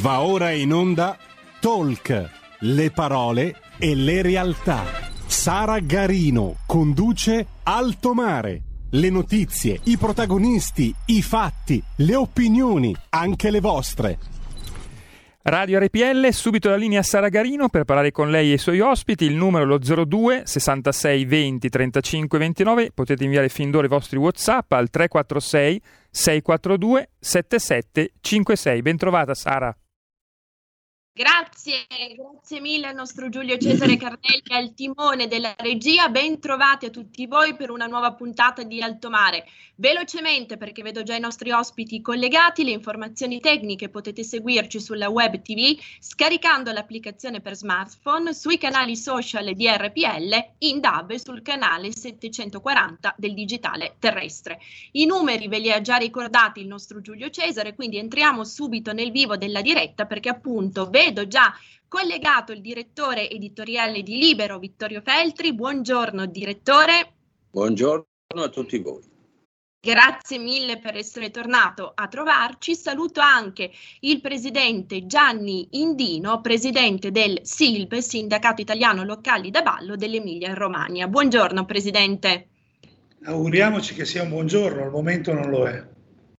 Va ora in onda Talk, le parole e le realtà. Sara Garino conduce Alto Mare. Le notizie, i protagonisti, i fatti, le opinioni, anche le vostre. Radio RPL, subito la linea Sara Garino per parlare con lei e i suoi ospiti. Il numero è lo 02 66 20 35 29. Potete inviare fin d'ora i vostri WhatsApp al 346 642 7756. Ben trovata Sara. Grazie mille al nostro Giulio Cesare Carnelli al timone della regia. Ben trovati a tutti voi per una nuova puntata di Alto Mare. Velocemente, perché vedo già i nostri ospiti collegati, le informazioni tecniche potete seguirci sulla web TV scaricando l'applicazione per smartphone, sui canali social di RPL, in DAB e sul canale 740 del digitale terrestre. I numeri ve li ha già ricordati il nostro Giulio Cesare, quindi entriamo subito nel vivo della diretta perché appunto vedo già collegato il direttore editoriale di Libero, Vittorio Feltri. Buongiorno direttore. Buongiorno a tutti voi. Grazie mille per essere tornato a trovarci. Saluto anche il presidente Gianni Indino, presidente del SILB, Sindacato Italiano Locali da Ballo dell'Emilia Romagna. Buongiorno presidente. Auguriamoci che sia un buongiorno, al momento non lo è.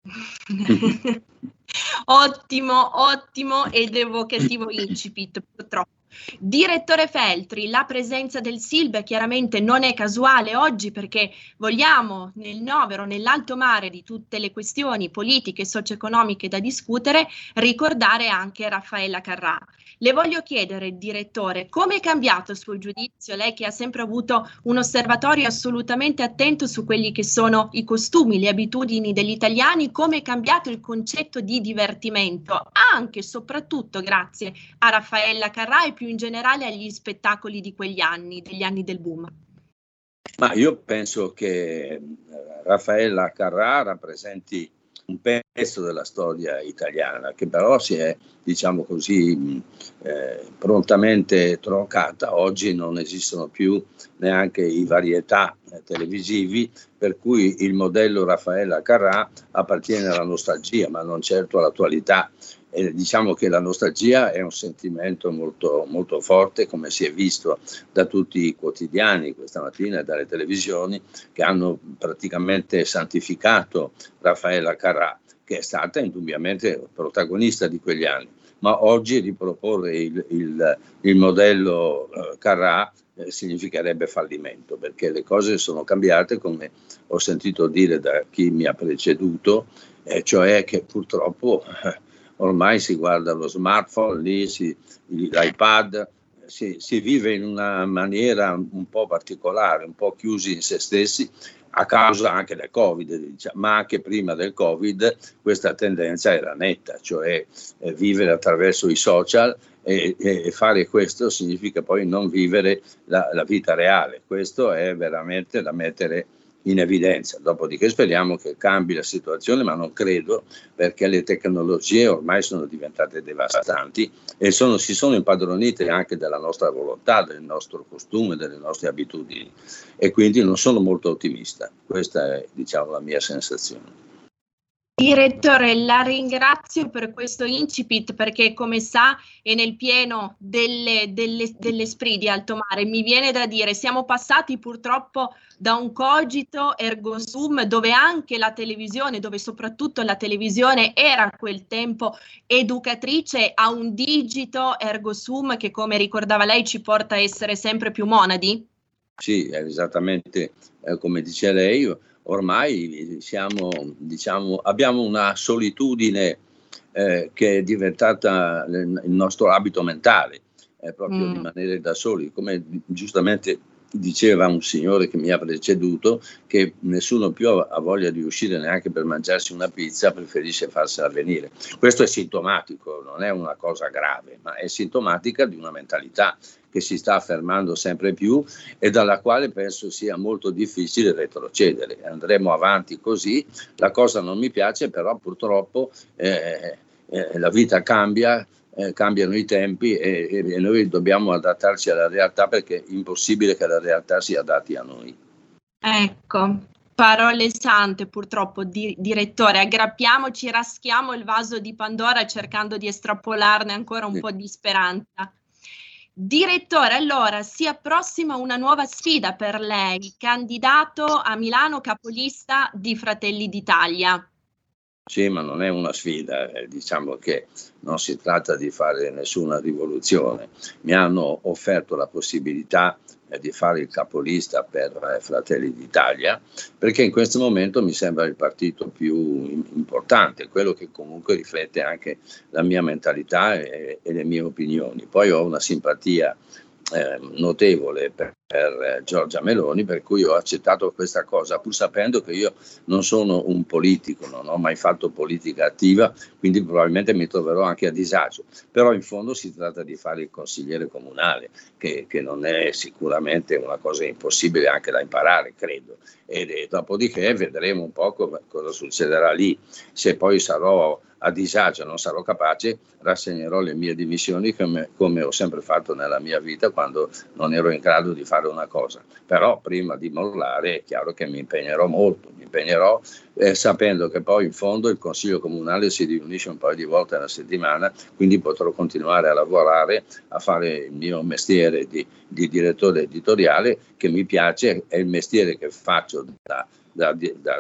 Ottimo ed evocativo incipit, purtroppo. Direttore Feltri, la presenza del SILB chiaramente non è casuale oggi perché vogliamo nel novero, nell'alto mare di tutte le questioni politiche e socio-economiche da discutere, ricordare anche Raffaella Carrà. Le voglio chiedere, direttore, come è cambiato il suo giudizio? Lei che ha sempre avuto un osservatorio assolutamente attento su quelli che sono i costumi, le abitudini degli italiani, come è cambiato il concetto di divertimento, anche e soprattutto grazie a Raffaella Carrà e più in generale agli spettacoli di quegli anni, degli anni del boom? Ma io penso che Raffaella Carrà rappresenti un pezzo della storia italiana che però si è, diciamo così, prontamente troncata. Oggi non esistono più neanche i varietà televisivi, per cui il modello Raffaella Carrà appartiene alla nostalgia, ma non certo all'attualità. E diciamo che la nostalgia è un sentimento molto, molto forte, come si è visto da tutti i quotidiani questa mattina e dalle televisioni, che hanno praticamente santificato Raffaella Carrà, che è stata indubbiamente protagonista di quegli anni. Ma oggi riproporre il modello Carrà significherebbe fallimento, perché le cose sono cambiate, come ho sentito dire da chi mi ha preceduto, cioè che purtroppo ormai si guarda lo smartphone, l'iPad, si vive in una maniera un po' particolare, un po' chiusi in se stessi, a causa anche del Covid, diciamo, ma anche prima del Covid questa tendenza era netta, cioè vivere attraverso i social e fare questo significa poi non vivere la vita reale. Questo è veramente da mettere in evidenza. Dopodiché speriamo che cambi la situazione, ma non credo, perché le tecnologie ormai sono diventate devastanti e si sono impadronite anche della nostra volontà, del nostro costume, delle nostre abitudini, e quindi non sono molto ottimista. Questa è, diciamo, la mia sensazione. Direttore, la ringrazio per questo incipit perché, come sa, è nel pieno dell'esprit di Alto Mare. Mi viene da dire, siamo passati purtroppo da un cogito ergo sum, dove anche la televisione, dove soprattutto la televisione era a quel tempo educatrice, a un digito ergo sum che, come ricordava lei, ci porta a essere sempre più monadi? Sì, è esattamente come dice lei. Ormai abbiamo una solitudine che è diventata il nostro abito mentale, proprio rimanere da soli, come giustamente diceva un signore che mi ha preceduto, che nessuno più ha voglia di uscire neanche per mangiarsi una pizza, preferisce farsela venire. Questo è sintomatico, non è una cosa grave, ma è sintomatica di una mentalità che si sta affermando sempre più e dalla quale penso sia molto difficile retrocedere. Andremo avanti così, la cosa non mi piace, però purtroppo la vita cambia, cambiano i tempi e noi dobbiamo adattarci alla realtà, perché è impossibile che la realtà si adatti a noi. Ecco, Parole sante, purtroppo, direttore. Aggrappiamoci, raschiamo il vaso di Pandora cercando di estrapolarne ancora un po' di speranza. Direttore, allora si approssima una nuova sfida per lei, candidato a Milano capolista di Fratelli d'Italia. Sì, ma non è una sfida, diciamo che non si tratta di fare nessuna rivoluzione. Mi hanno offerto la possibilità di fare il capolista per Fratelli d'Italia, perché in questo momento mi sembra il partito più importante, quello che comunque riflette anche la mia mentalità e le mie opinioni. Poi ho una simpatia notevole per Giorgia Meloni, per cui ho accettato questa cosa, pur sapendo che io non sono un politico, non ho mai fatto politica attiva, quindi probabilmente mi troverò anche a disagio, però in fondo si tratta di fare il consigliere comunale, che non è sicuramente una cosa impossibile anche da imparare, credo, e dopodiché vedremo un po' cosa succederà lì. Se poi sarò a disagio, non sarò capace, rassegnerò le mie dimissioni come ho sempre fatto nella mia vita quando non ero in grado di fare una cosa. Però prima di mollare è chiaro che mi impegnerò molto, sapendo che poi in fondo il Consiglio Comunale si riunisce un paio di volte alla settimana, quindi potrò continuare a lavorare, a fare il mio mestiere di direttore editoriale, che mi piace, è il mestiere che faccio da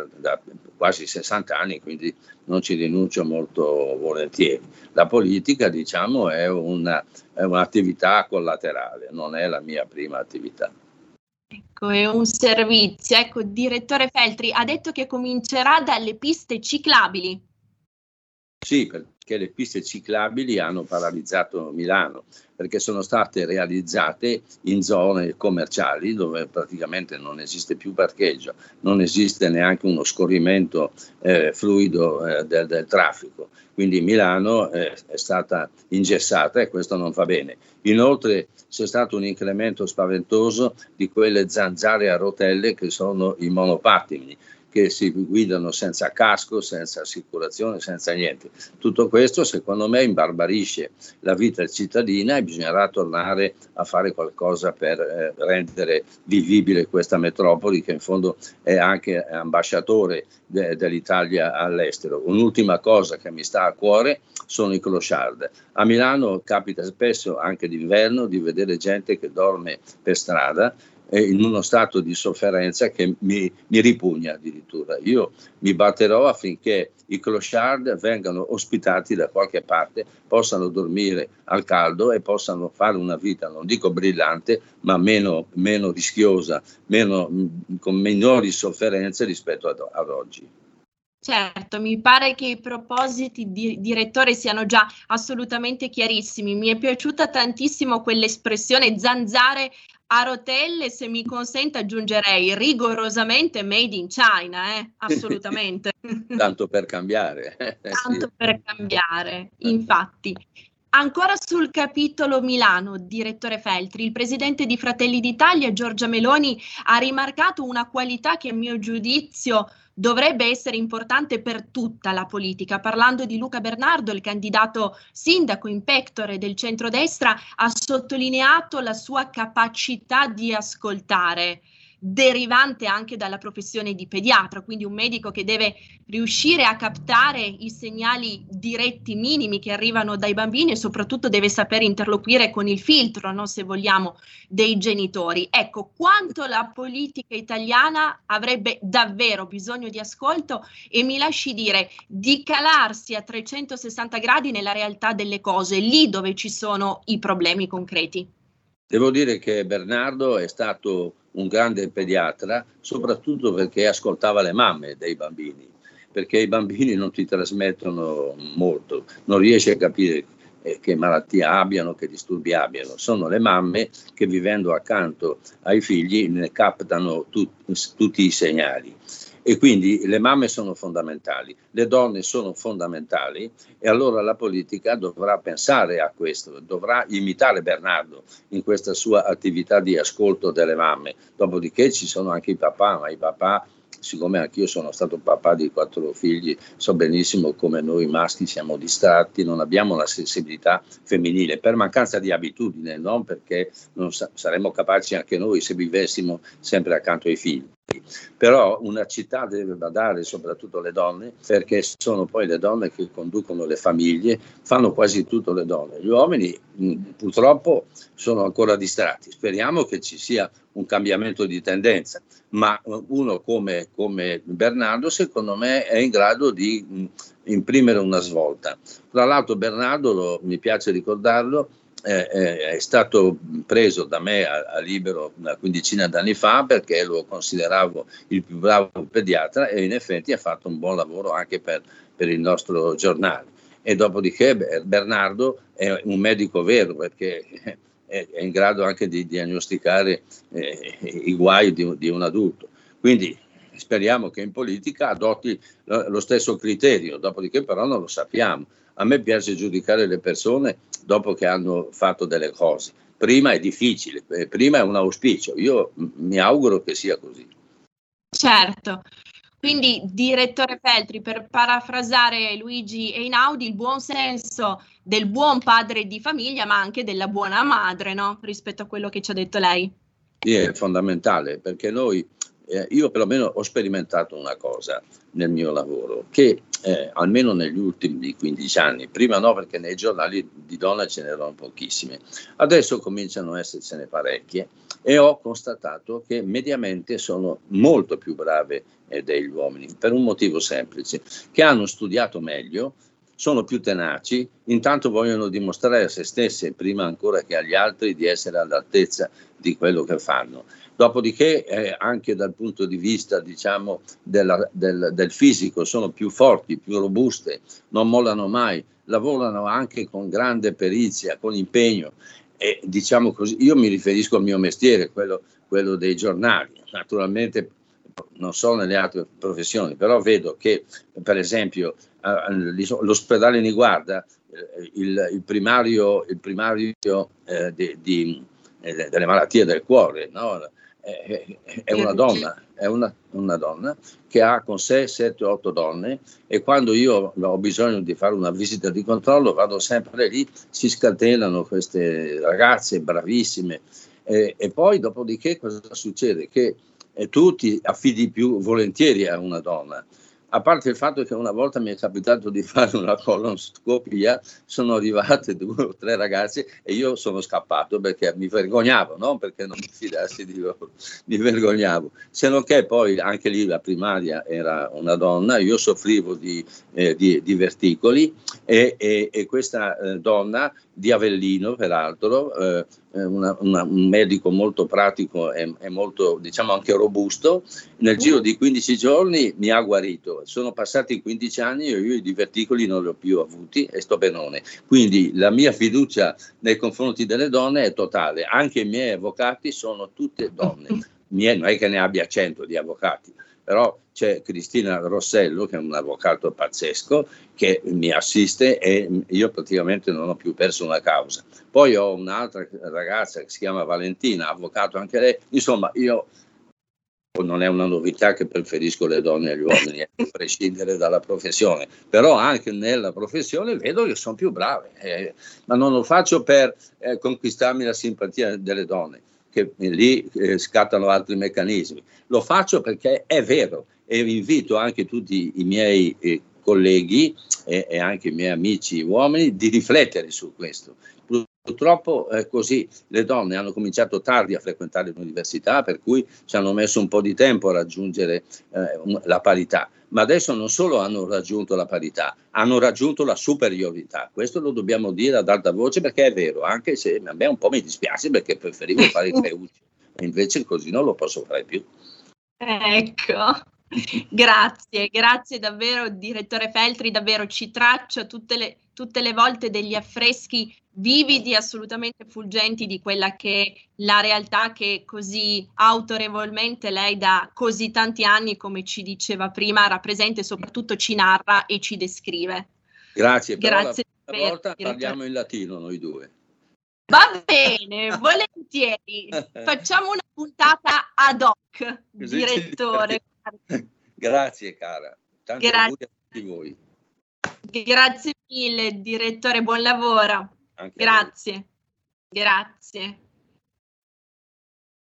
quasi 60 anni, quindi non ci rinuncio molto volentieri. La politica, diciamo, è un'attività collaterale, non è la mia prima attività. Ecco, è un servizio. Ecco, direttore Feltri, ha detto che comincerà dalle piste ciclabili. Sì, perché le piste ciclabili hanno paralizzato Milano, perché sono state realizzate in zone commerciali dove praticamente non esiste più parcheggio, non esiste neanche uno scorrimento fluido del traffico. Quindi Milano è stata ingessata e questo non va bene. Inoltre c'è stato un incremento spaventoso di quelle zanzare a rotelle che sono i monopattini, che si guidano senza casco, senza assicurazione, senza niente. Tutto questo secondo me imbarbarisce la vita cittadina e bisognerà tornare a fare qualcosa per rendere vivibile questa metropoli, che in fondo è anche ambasciatore dell'Italia all'estero. Un'ultima cosa che mi sta a cuore sono i clochard. A Milano capita spesso anche d'inverno di vedere gente che dorme per strada in uno stato di sofferenza che mi ripugna addirittura. Io mi batterò affinché i clochard vengano ospitati da qualche parte, possano dormire al caldo e possano fare una vita, non dico brillante, ma meno rischiosa, con minori sofferenze rispetto ad oggi. Certo, mi pare che i propositi di direttore siano già assolutamente chiarissimi. Mi è piaciuta tantissimo quell'espressione zanzare a rotelle, se mi consente aggiungerei rigorosamente made in China, assolutamente. Tanto per cambiare. Tanto per cambiare, infatti. Ancora sul capitolo Milano, direttore Feltri, il presidente di Fratelli d'Italia, Giorgia Meloni, ha rimarcato una qualità che a mio giudizio dovrebbe essere importante per tutta la politica. Parlando di Luca Bernardo, il candidato sindaco in pectore del centrodestra, ha sottolineato la sua capacità di ascoltare, derivante anche dalla professione di pediatra, quindi un medico che deve riuscire a captare i segnali diretti minimi che arrivano dai bambini e soprattutto deve saper interloquire con il filtro, no, se vogliamo, dei genitori. Ecco, quanto la politica italiana avrebbe davvero bisogno di ascolto e, mi lasci dire, di calarsi a 360 gradi nella realtà delle cose, lì dove ci sono i problemi concreti. Devo dire che Bernardo è stato un grande pediatra, soprattutto perché ascoltava le mamme dei bambini, perché i bambini non ti trasmettono molto, non riesci a capire che malattia abbiano, che disturbi abbiano. Sono le mamme che, vivendo accanto ai figli, ne captano tutti i segnali. E quindi le mamme sono fondamentali, le donne sono fondamentali e allora la politica dovrà pensare a questo, dovrà imitare Bernardo in questa sua attività di ascolto delle mamme. Dopodiché ci sono anche i papà, ma i papà, siccome anch'io sono stato papà di 4 figli, so benissimo come noi maschi siamo distratti, non abbiamo la sensibilità femminile per mancanza di abitudine, non perché non saremmo capaci anche noi se vivessimo sempre accanto ai figli. Però una città deve badare soprattutto alle donne, perché sono poi le donne che conducono le famiglie, fanno quasi tutto le donne. Gli uomini purtroppo sono ancora distratti. Speriamo che ci sia un cambiamento di tendenza, ma uno come Bernardo secondo me è in grado di imprimere una svolta. Tra l'altro Bernardo, mi piace ricordarlo, è stato preso da me a Libero una quindicina d'anni fa perché lo consideravo il più bravo pediatra, e in effetti ha fatto un buon lavoro anche per il nostro giornale. E dopodiché Bernardo è un medico vero, perché è in grado anche di diagnosticare i guai di un adulto. Quindi speriamo che in politica adotti lo stesso criterio, dopodiché però non lo sappiamo. A me piace giudicare le persone dopo che hanno fatto delle cose. Prima è difficile, prima è un auspicio. Io mi auguro che sia così. Certo. Quindi, direttore Feltri, per parafrasare Luigi Einaudi, il buon senso del buon padre di famiglia, ma anche della buona madre, no? Rispetto a quello che ci ha detto lei. Sì, è fondamentale, perché io perlomeno ho sperimentato una cosa nel mio lavoro, che almeno negli ultimi 15 anni, prima no, perché nei giornali di donne ce n'erano pochissime, adesso cominciano a essercene parecchie, e ho constatato che mediamente sono molto più brave degli uomini, per un motivo semplice, che hanno studiato meglio, sono più tenaci, intanto vogliono dimostrare a se stesse, prima ancora che agli altri, di essere all'altezza di quello che fanno. Dopodiché anche dal punto di vista, diciamo, del fisico sono più forti, più robuste, non mollano mai, lavorano anche con grande perizia, con impegno, e diciamo così, io mi riferisco al mio mestiere, quello dei giornali. Naturalmente non so nelle altre professioni, però vedo che per esempio l'ospedale Niguarda, il primario delle malattie del cuore, no? È una donna, è una donna che ha con sé 7-8 donne, e quando io ho bisogno di fare una visita di controllo vado sempre lì, si scatenano queste ragazze bravissime, e poi dopodiché cosa succede? Che tu ti affidi più volentieri a una donna. A parte il fatto che una volta mi è capitato di fare una colonscopia, sono arrivate 2 o 3 ragazze e io sono scappato perché mi vergognavo, non perché non mi fidassi di loro, mi vergognavo. Se non che poi anche lì la primaria era una donna, io soffrivo di verticoli, e questa donna di Avellino, peraltro, un medico molto pratico e molto, diciamo, anche robusto, nel giro di 15 giorni mi ha guarito. Sono passati 15 anni e io i diverticoli non li ho più avuti e sto benone. Quindi la mia fiducia nei confronti delle donne è totale. Anche i miei avvocati sono tutte donne. Non è che ne abbia 100 di avvocati, però c'è Cristina Rossello, che è un avvocato pazzesco, che mi assiste, e io praticamente non ho più perso una causa. Poi ho un'altra ragazza che si chiama Valentina, avvocato anche lei. Insomma, io non è una novità che preferisco le donne agli uomini, a prescindere dalla professione, però anche nella professione vedo che sono più brave, ma non lo faccio per conquistarmi la simpatia delle donne, che lì scattano altri meccanismi. Lo faccio perché è vero, e invito anche tutti i miei colleghi e anche i miei amici uomini di riflettere su questo. Purtroppo così le donne hanno cominciato tardi a frequentare l'università, per cui ci hanno messo un po' di tempo a raggiungere la parità, ma adesso non solo hanno raggiunto la parità, hanno raggiunto la superiorità. Questo lo dobbiamo dire ad alta voce, perché è vero, anche se a me un po' mi dispiace, perché preferivo fare il Feucci, e invece così non lo posso fare più. Ecco. Grazie davvero, direttore Feltri, davvero ci traccia tutte le volte degli affreschi vividi, assolutamente fulgenti, di quella che è la realtà che così autorevolmente lei da così tanti anni, come ci diceva prima, rappresenta e soprattutto ci narra e ci descrive. Grazie, però Grazie la volta parliamo in latino noi due. Va bene, volentieri. Facciamo una puntata ad hoc, direttore. Grazie cara, tanti auguri a tutti voi. Grazie mille direttore, buon lavoro. Grazie.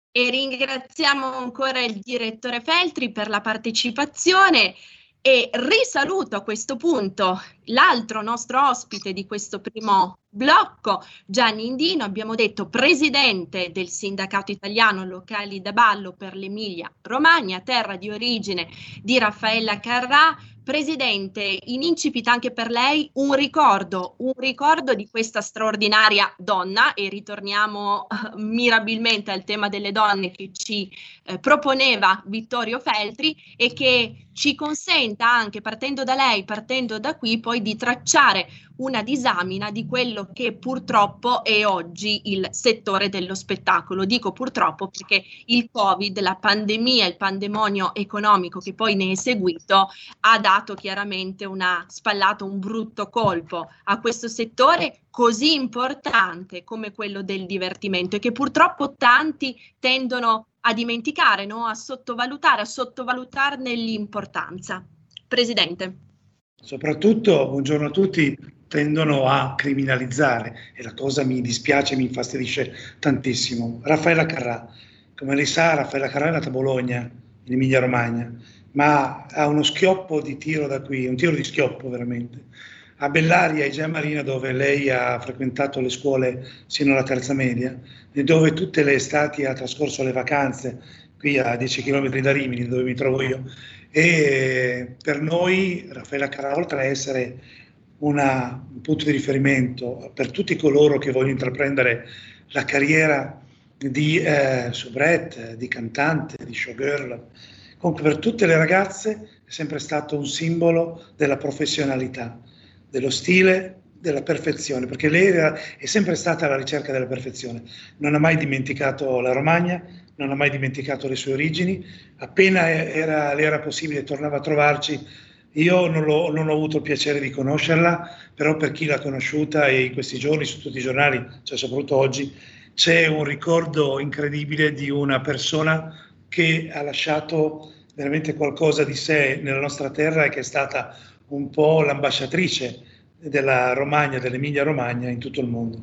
E ringraziamo ancora il direttore Feltri per la partecipazione e risaluto a questo punto l'altro nostro ospite di questo primo blocco, Gianni Indino, abbiamo detto presidente del Sindacato Italiano Locali da Ballo per l'Emilia Romagna, terra di origine di Raffaella Carrà. Presidente, in incipit anche per lei un ricordo di questa straordinaria donna, e ritorniamo mirabilmente al tema delle donne che ci proponeva Vittorio Feltri e che ci consenta anche, partendo da lei, partendo da qui, poi di tracciare una disamina di quello che purtroppo è oggi il settore dello spettacolo. Dico purtroppo perché il Covid, la pandemia, il pandemonio economico che poi ne è seguito ha dato chiaramente spallato un brutto colpo a questo settore così importante come quello del divertimento e che purtroppo tanti tendono a dimenticare, no? A sottovalutarne l'importanza. Presidente. Soprattutto, buongiorno a tutti, tendono a criminalizzare e la cosa mi dispiace, mi infastidisce tantissimo. Raffaella Carrà, come lei sa, Raffaella Carrà è nata a Bologna, in Emilia Romagna, ma ha uno schioppo di tiro da qui, un tiro di schioppo veramente. A Bellaria, Igea Marina, dove lei ha frequentato le scuole sino alla terza media e dove tutte le estati ha trascorso le vacanze, qui a 10 km da Rimini, dove mi trovo io. E per noi Raffaella Carrà, oltre a essere un punto di riferimento per tutti coloro che vogliono intraprendere la carriera di soubrette, di cantante, di showgirl, comunque per tutte le ragazze è sempre stato un simbolo della professionalità, dello stile, della perfezione, perché lei è sempre stata alla ricerca della perfezione, non ha mai dimenticato la Romagna, non ha mai dimenticato le sue origini, appena le era possibile tornava a trovarci. Io non ho avuto il piacere di conoscerla, però per chi l'ha conosciuta e in questi giorni su tutti i giornali, cioè soprattutto oggi, c'è un ricordo incredibile di una persona che ha lasciato veramente qualcosa di sé nella nostra terra e che è stata un po' l'ambasciatrice della Romagna, dell'Emilia Romagna in tutto il mondo.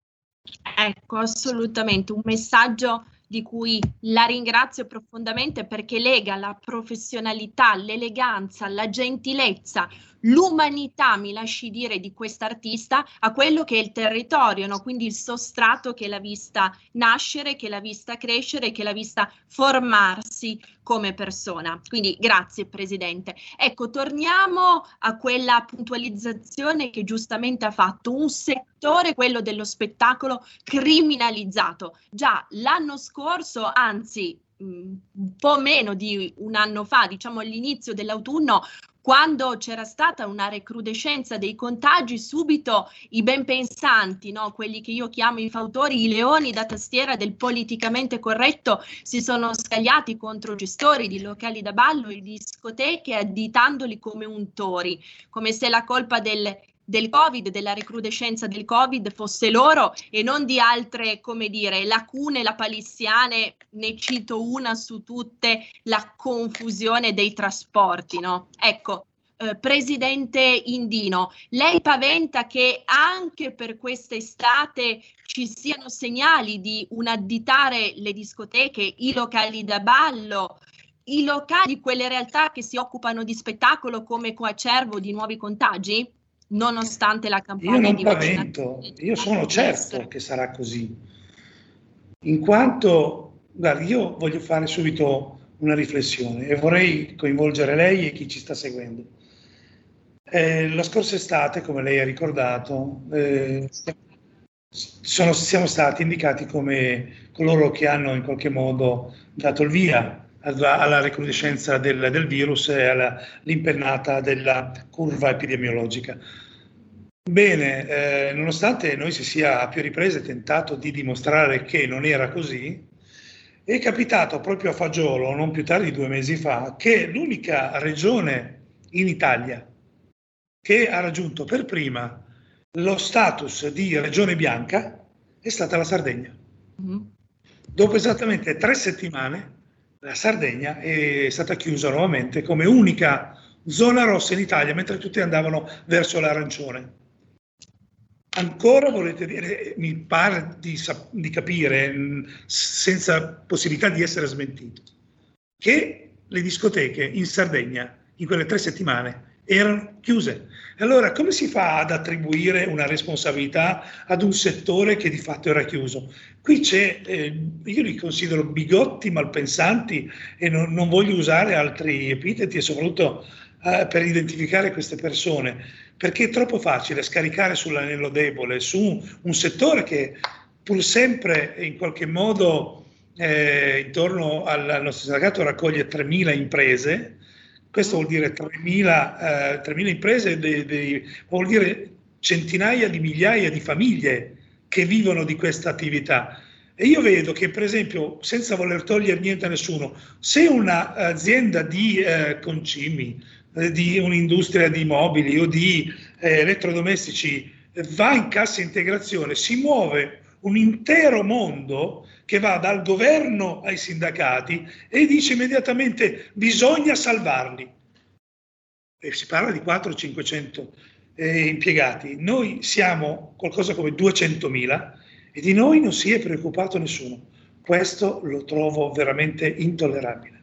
Ecco, assolutamente, un messaggio di cui la ringrazio profondamente perché lega la professionalità, l'eleganza, la gentilezza, l'umanità, mi lasci dire, di quest'artista a quello che è il territorio, no? Quindi il sostrato che l'ha vista nascere, che l'ha vista crescere, che l'ha vista formarsi come persona. Quindi grazie Presidente. Ecco, torniamo a quella puntualizzazione che giustamente ha fatto, un settore, quello dello spettacolo, criminalizzato. Già l'anno scorso, anzi un po' meno di un anno fa, diciamo all'inizio dell'autunno, quando c'era stata una recrudescenza dei contagi, subito i ben pensanti, no? Quelli che io chiamo i fautori, i leoni da tastiera del politicamente corretto, si sono scagliati contro gestori di locali da ballo e discoteche, additandoli come untori, come se la colpa del Covid, della recrudescenza del Covid fosse loro e non di altre, come dire, lacune lapalissiane. Ne cito una su tutte: la confusione dei trasporti, no? Ecco, Presidente Indino, lei paventa che anche per quest'estate ci siano segnali di un additare le discoteche, i locali da ballo, i locali di quelle realtà che si occupano di spettacolo come coacervo di nuovi contagi? Nonostante la campagna di vaccinazione. Io sono certo che sarà così, in quanto, guardi, io voglio fare subito una riflessione e vorrei coinvolgere lei e chi ci sta seguendo. La scorsa estate, come lei ha ricordato, siamo stati indicati come coloro che hanno in qualche modo dato il via alla recrudescenza del virus e all'impennata della curva epidemiologica. Bene, nonostante noi si sia a più riprese tentato di dimostrare che non era così, è capitato proprio a fagiolo, non più tardi di 2 mesi fa, che l'unica regione in Italia che ha raggiunto per prima lo status di regione bianca è stata la Sardegna. Dopo esattamente 3 settimane la Sardegna è stata chiusa nuovamente come unica zona rossa in Italia, mentre tutti andavano verso l'arancione. Ancora volete dire, mi pare di capire, senza possibilità di essere smentito, che le discoteche in Sardegna in quelle 3 settimane erano chiuse. Allora come si fa ad attribuire una responsabilità ad un settore che di fatto era chiuso? Qui c'è, io li considero bigotti, malpensanti, e non voglio usare altri epiteti, e soprattutto per identificare queste persone, perché è troppo facile scaricare sull'anello debole, su un settore che pur sempre in qualche modo intorno al nostro sindacato raccoglie 3.000 imprese. Questo vuol dire 3.000 imprese, vuol dire centinaia di migliaia di famiglie che vivono di questa attività. E io vedo che, per esempio, senza voler togliere niente a nessuno, se un'azienda di concimi, di un'industria di mobili o di elettrodomestici va in cassa integrazione, si muove un intero mondo che va dal governo ai sindacati e dice immediatamente bisogna salvarli. E si parla di 400-500 impiegati. Noi siamo qualcosa come 200.000 e di noi non si è preoccupato nessuno. Questo lo trovo veramente intollerabile.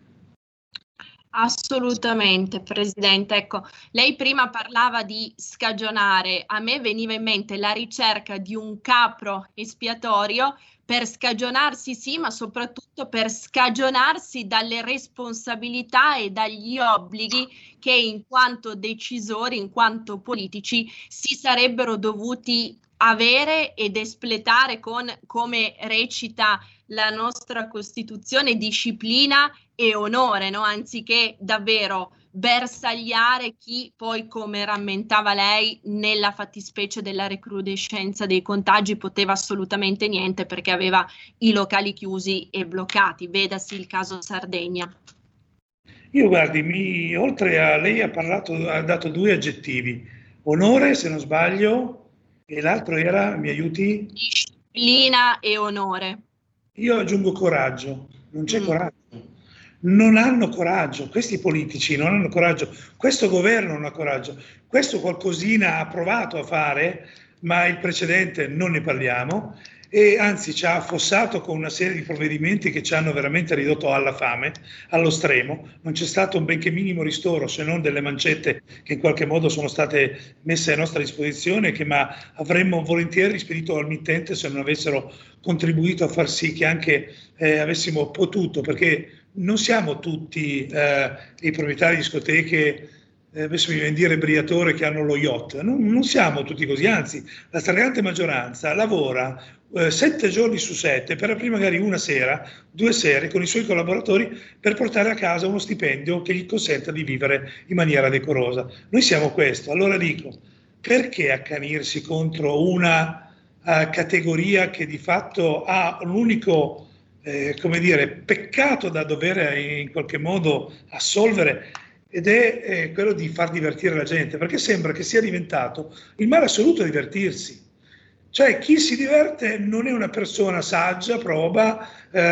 Assolutamente, Presidente. Ecco, lei prima parlava di scagionare. A me veniva in mente la ricerca di un capro espiatorio per scagionarsi, sì, ma soprattutto per scagionarsi dalle responsabilità e dagli obblighi che in quanto decisori, in quanto politici, si sarebbero dovuti avere ed espletare con, come recita la nostra Costituzione, disciplina e onore, no? Anziché davvero bersagliare chi poi, come rammentava lei, nella fattispecie della recrudescenza dei contagi poteva assolutamente niente perché aveva i locali chiusi e bloccati. Vedasi il caso Sardegna. Io guardi, oltre a lei ha dato 2 aggettivi, onore se non sbaglio, e l'altro era, mi aiuti? Disciplina e onore. Io aggiungo coraggio, non c'è coraggio. Non hanno coraggio, questi politici non hanno coraggio, questo governo non ha coraggio, questo qualcosina ha provato a fare, ma il precedente non ne parliamo, e anzi ci ha affossato con una serie di provvedimenti che ci hanno veramente ridotto alla fame, allo stremo. Non c'è stato un benché minimo ristoro, se non delle mancette che in qualche modo sono state messe a nostra disposizione, che ma avremmo volentieri spedito al mittente se non avessero contribuito a far sì che anche avessimo potuto, perché non siamo tutti i proprietari di discoteche, adesso mi viene a dire Briatore, che hanno lo yacht, non siamo tutti così, anzi la stragrande maggioranza lavora 7 giorni su 7 per aprire magari una sera, 2 sere con i suoi collaboratori per portare a casa uno stipendio che gli consenta di vivere in maniera decorosa. Noi siamo questo, allora dico, perché accanirsi contro una categoria che di fatto ha l'unico peccato da dover in qualche modo assolvere, ed è quello di far divertire la gente, perché sembra che sia diventato il male assoluto divertirsi. Cioè chi si diverte non è una persona saggia, proba,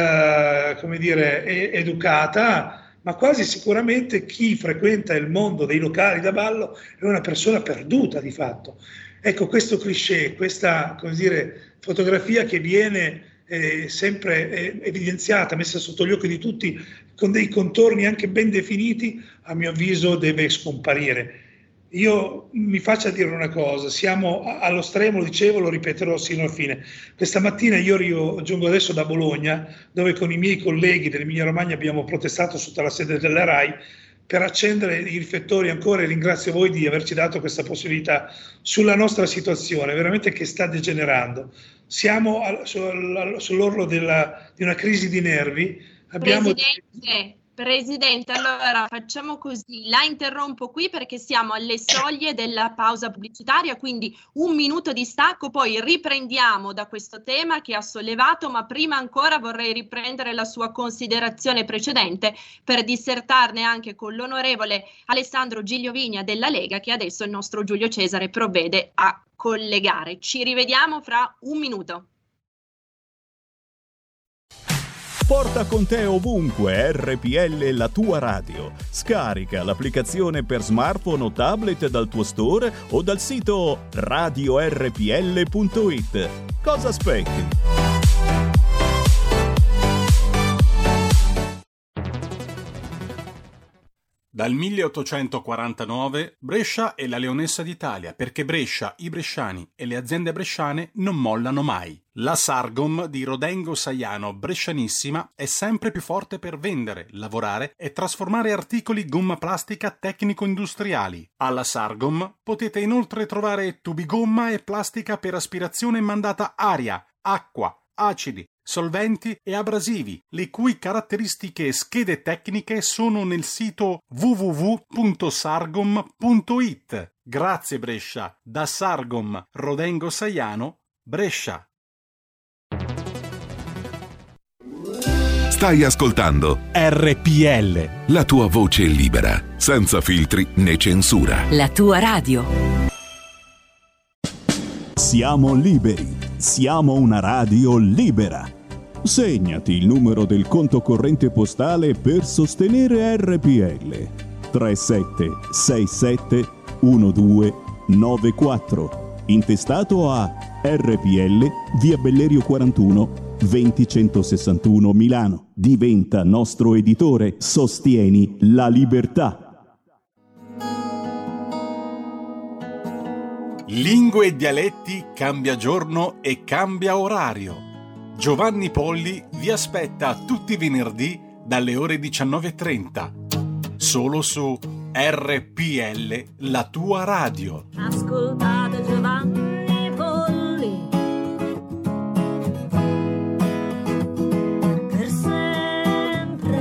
educata, ma quasi sicuramente chi frequenta il mondo dei locali da ballo è una persona perduta di fatto. Ecco, questo cliché, questa fotografia che viene sempre evidenziata, messa sotto gli occhi di tutti con dei contorni anche ben definiti, a mio avviso deve scomparire. Io mi faccia dire una cosa, siamo allo stremo, lo dicevo, lo ripeterò sino alla fine. Questa mattina io giungo adesso da Bologna, dove con i miei colleghi dell'Emilia Romagna abbiamo protestato sotto la sede della RAI per accendere i riflettori ancora, e ringrazio voi di averci dato questa possibilità sulla nostra situazione, veramente che sta degenerando. Siamo sull'orlo di una crisi di nervi. Presidente, allora facciamo così, la interrompo qui perché siamo alle soglie della pausa pubblicitaria, quindi 1 minuto di stacco, poi riprendiamo da questo tema che ha sollevato, ma prima ancora vorrei riprendere la sua considerazione precedente per dissertarne anche con l'onorevole Alessandro Gigliovigna della Lega, che adesso il nostro Giulio Cesare provvede a collegare. Ci rivediamo fra 1 minuto. Porta con te ovunque RPL, la tua radio. Scarica l'applicazione per smartphone o tablet dal tuo store o dal sito radiorpl.it. Cosa aspetti? Dal 1849 Brescia è la leonessa d'Italia, perché Brescia, i bresciani e le aziende bresciane non mollano mai. La Sargom di Rodengo Saiano Brescianissima è sempre più forte per vendere, lavorare e trasformare articoli gomma plastica tecnico-industriali. Alla Sargom potete inoltre trovare tubi gomma e plastica per aspirazione mandata aria, acqua, acidi, solventi e abrasivi, le cui caratteristiche e schede tecniche sono nel sito www.sargom.it. Grazie Brescia, da Sargom, Rodengo Saiano, Brescia. Stai ascoltando RPL, la tua voce libera, senza filtri né censura. La tua radio. Siamo liberi, siamo una radio libera. Segnati il numero del conto corrente postale per sostenere RPL. 37671294. Intestato a RPL, via Bellerio 41, 20161 Milano. Diventa nostro editore. Sostieni la libertà. Lingue e dialetti cambia giorno e cambia orario. Giovanni Polli vi aspetta tutti i venerdì dalle ore 19:30, solo su RPL, la tua radio. Ascoltate Giovanni Polli, per sempre.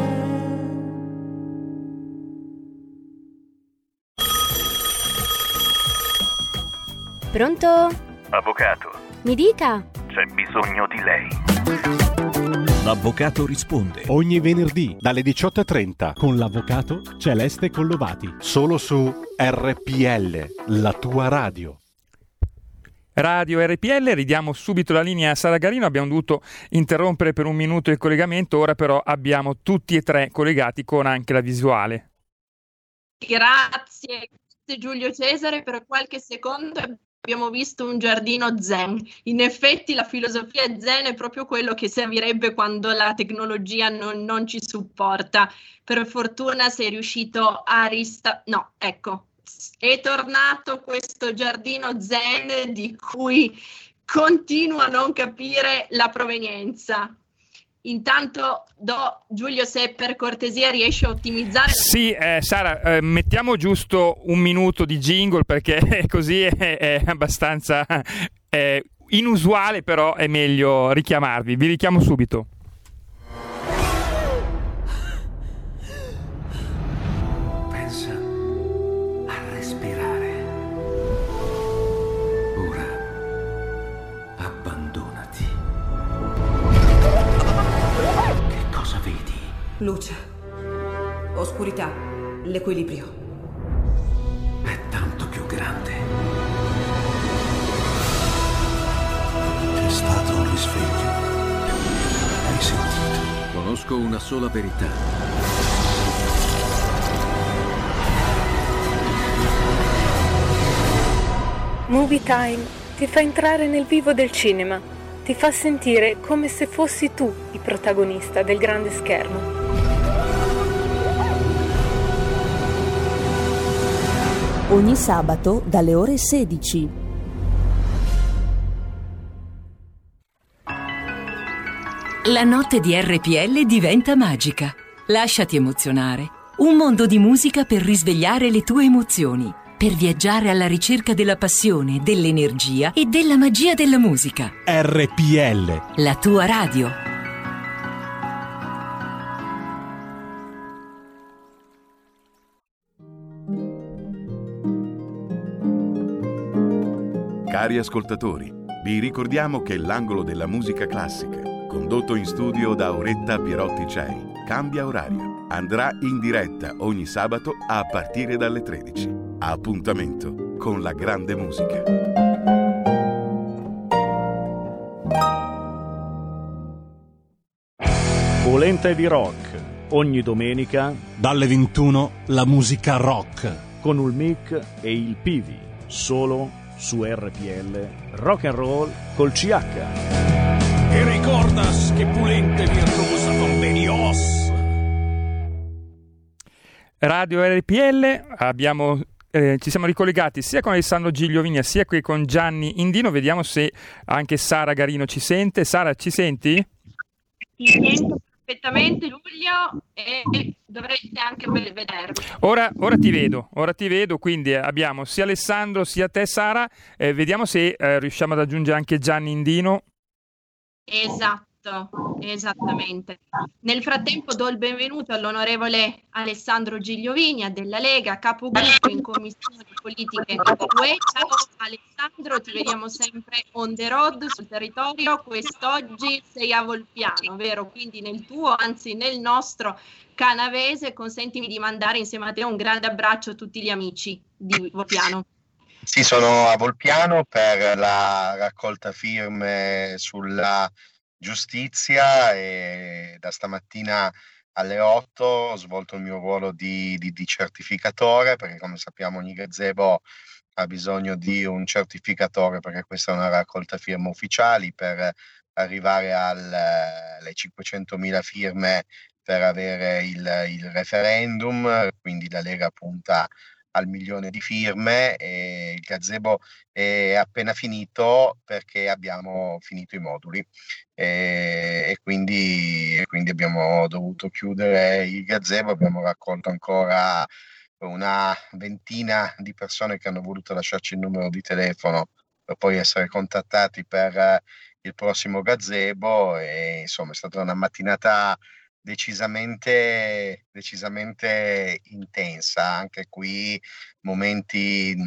Pronto? Avvocato. Mi dica. C'è bisogno di lei. L'avvocato risponde. Ogni venerdì dalle 18:30 con l'avvocato Celeste Collovati, solo su RPL, la tua radio. Radio RPL, ridiamo subito la linea a Sara Garino. Abbiamo dovuto interrompere per un minuto il collegamento, ora però abbiamo tutti e tre collegati con anche la visuale. Grazie Giulio Cesare, per qualche secondo abbiamo visto un giardino zen. In effetti la filosofia zen è proprio quello che servirebbe quando la tecnologia non ci supporta. Per fortuna sei riuscito a No, ecco, è tornato questo giardino zen di cui continuo a non capire la provenienza. Intanto Giulio, se per cortesia riesci a ottimizzare. Sì, Sara, mettiamo giusto un minuto di jingle, perché così è abbastanza inusuale, però è meglio richiamarvi. Vi richiamo subito. Pensa a respirare. Ora abbandonati. Che cosa vedi? Luce, oscurità, l'equilibrio. È tanto più grande. È stato un risveglio. Hai sentito? Conosco una sola verità. Movie Time ti fa entrare nel vivo del cinema, ti fa sentire come se fossi tu il protagonista del grande schermo. Ogni sabato dalle ore 16. La notte di RPL diventa magica. Lasciati emozionare. Un mondo di musica per risvegliare le tue emozioni. Per viaggiare alla ricerca della passione, dell'energia e della magia della musica. RPL, la tua radio. Cari ascoltatori, vi ricordiamo che l'angolo della musica classica, condotto in studio da Auretta Pierotti Cei, cambia orario. Andrà in diretta ogni sabato a partire dalle 13. Appuntamento con la grande musica. Niente di rock. Ogni domenica dalle 21 la musica rock con il Mic e il Pivi, solo su RPL Rock and Roll col CH. E ricordas che pulente virtuosa convenios. Radio RPL, ci siamo ricollegati sia con Alessandro Gigliovigna sia qui con Gianni Indino. Vediamo se anche Sara Garino ci sente. Sara, ci senti? Ti sento perfettamente, Giulio, e dovreste anche vedermi. Ora ti vedo, quindi abbiamo sia Alessandro sia te, Sara. Vediamo se riusciamo ad aggiungere anche Gianni Indino. Esatto, esattamente. Nel frattempo do il benvenuto all'onorevole Alessandro Gigliovigna della Lega, capogruppo in Commissione Politiche UE. Ciao Alessandro, ti vediamo sempre on the road, sul territorio. Quest'oggi sei a Volpiano, vero? Quindi nel tuo, anzi nel nostro Canavese. Consentimi di mandare insieme a te un grande abbraccio a tutti gli amici di Volpiano. Sì, sono a Volpiano per la raccolta firme sulla giustizia e da stamattina alle 8 ho svolto il mio ruolo di certificatore, perché come sappiamo ogni gazebo ha bisogno di un certificatore, perché questa è una raccolta firme ufficiali per arrivare alle 500.000 firme per avere il referendum. Quindi la Lega punta al 1.000.000 di firme e il gazebo è appena finito perché abbiamo finito i moduli e quindi abbiamo dovuto chiudere il gazebo. Abbiamo raccolto ancora una ventina di persone che hanno voluto lasciarci il numero di telefono per poi essere contattati per il prossimo gazebo e insomma è stata una mattinata decisamente intensa, anche qui momenti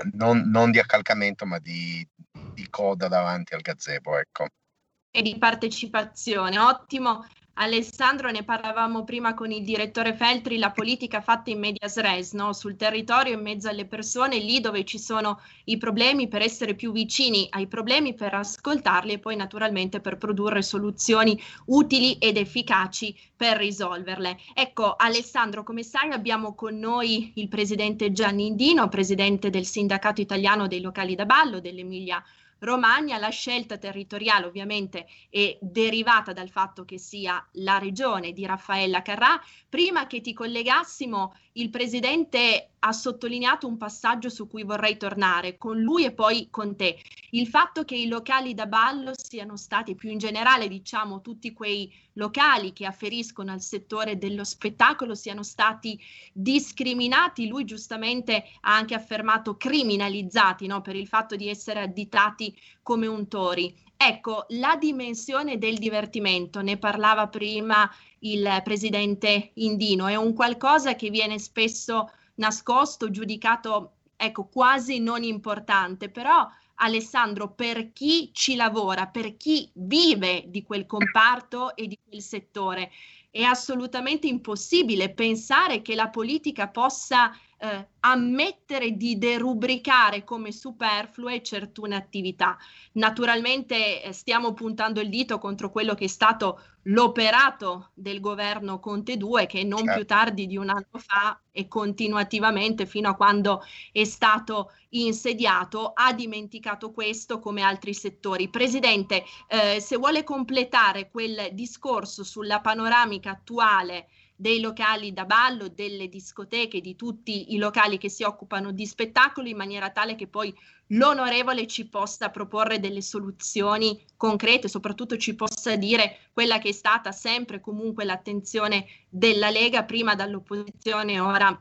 non di accalcamento ma di coda davanti al gazebo, ecco. E di partecipazione, ottimo. Alessandro, ne parlavamo prima con il direttore Feltri, la politica fatta in medias res, no? Sul territorio, in mezzo alle persone, lì dove ci sono i problemi, per essere più vicini ai problemi, per ascoltarli e poi naturalmente per produrre soluzioni utili ed efficaci per risolverle. Ecco, Alessandro, come sai abbiamo con noi il presidente Gianni Indino, presidente del Sindacato Italiano dei Locali da Ballo dell'Emilia Romagna. La scelta territoriale ovviamente è derivata dal fatto che sia la regione di Raffaella Carrà. Prima che ti collegassimo, il presidente ha sottolineato un passaggio su cui vorrei tornare con lui e poi con te. Il fatto che i locali da ballo siano stati, più in generale diciamo tutti quei locali che afferiscono al settore dello spettacolo, siano stati discriminati. Lui giustamente ha anche affermato criminalizzati, no? Per il fatto di essere additati come untori. Ecco, la dimensione del divertimento, ne parlava prima il presidente Indino, è un qualcosa che viene spesso nascosto, giudicato, ecco, quasi non importante, però Alessandro, per chi ci lavora, per chi vive di quel comparto e di quel settore, è assolutamente impossibile pensare che la politica possa ammettere di derubricare come superflue certune attività. Naturalmente stiamo puntando il dito contro quello che è stato l'operato del governo Conte 2, che non più tardi di un anno fa e continuativamente fino a quando è stato insediato ha dimenticato questo come altri settori. Presidente, se vuole completare quel discorso sulla panoramica attuale dei locali da ballo, delle discoteche, di tutti i locali che si occupano di spettacolo, in maniera tale che poi l'onorevole ci possa proporre delle soluzioni concrete, soprattutto ci possa dire quella che è stata sempre comunque l'attenzione della Lega, prima dall'opposizione, ora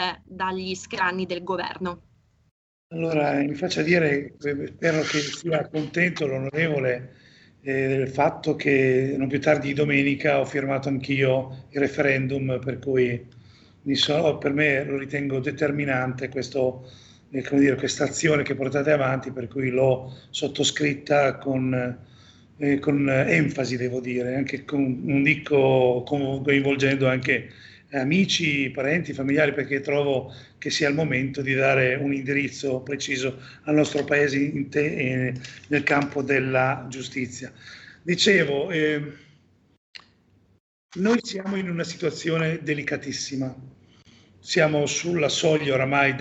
dagli scranni del governo. Allora, mi faccia dire, spero che sia contento l'onorevole del fatto che non più tardi di domenica ho firmato anch'io il referendum, per cui per me lo ritengo determinante questa azione che portate avanti, per cui l'ho sottoscritta con enfasi, devo dire, anche coinvolgendo anche amici, parenti, familiari, perché trovo che sia il momento di dare un indirizzo preciso al nostro Paese nel campo della giustizia. Dicevo, Noi siamo in una situazione delicatissima, siamo sulla soglia oramai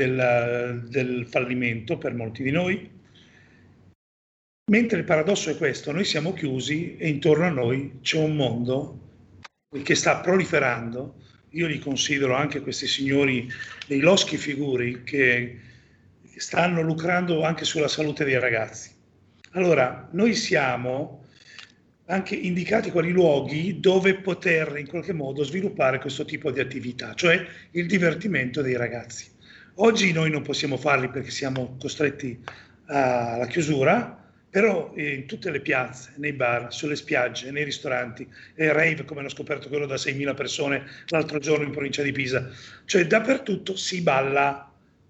del fallimento per molti di noi, mentre il paradosso è questo: noi siamo chiusi e intorno a noi c'è un mondo che sta proliferando. Io li considero anche questi signori dei loschi figuri che stanno lucrando anche sulla salute dei ragazzi. Allora, noi siamo anche indicati quali luoghi dove poter in qualche modo sviluppare questo tipo di attività, cioè il divertimento dei ragazzi. Oggi noi non possiamo farli perché siamo costretti alla chiusura, però in tutte le piazze, nei bar, sulle spiagge, nei ristoranti, rave, come hanno scoperto quello da 6.000 persone l'altro giorno in provincia di Pisa, cioè dappertutto si balla,